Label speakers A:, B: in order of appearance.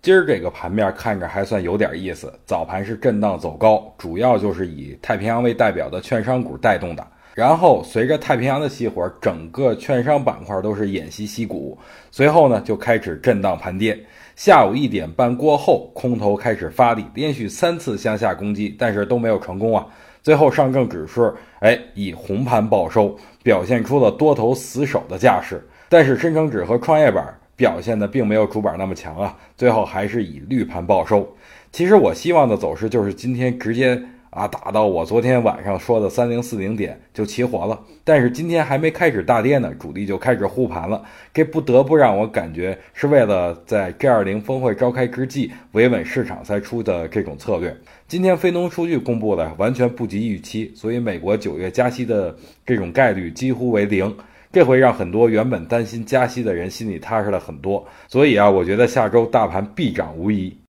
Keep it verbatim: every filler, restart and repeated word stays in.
A: 今儿这个盘面看着还算有点意思，早盘是震荡走高，主要就是以太平洋为代表的券商股带动的。然后随着太平洋的熄火，整个券商板块都是偃息息鼓，随后呢就开始震荡盘跌。下午一点半过后，空头开始发力，连续三次向下攻击，但是都没有成功啊。最后上证指数哎以红盘报收，表现出了多头死守的架势。但是深成指和创业板表现的并没有主板那么强啊，最后还是以绿盘报收。其实我希望的走势就是今天直接啊打到我昨天晚上说的三零四零点就齐活了，但是今天还没开始大跌呢，主力就开始护盘了，这不得不让我感觉是为了在 G 二零 峰会召开之际维稳市场才出的这种策略。今天非农数据公布的完全不及预期，所以美国九月加息的这种概率几乎为零。这会让很多原本担心加息的人心里踏实了很多，所以啊，我觉得下周大盘必涨无疑。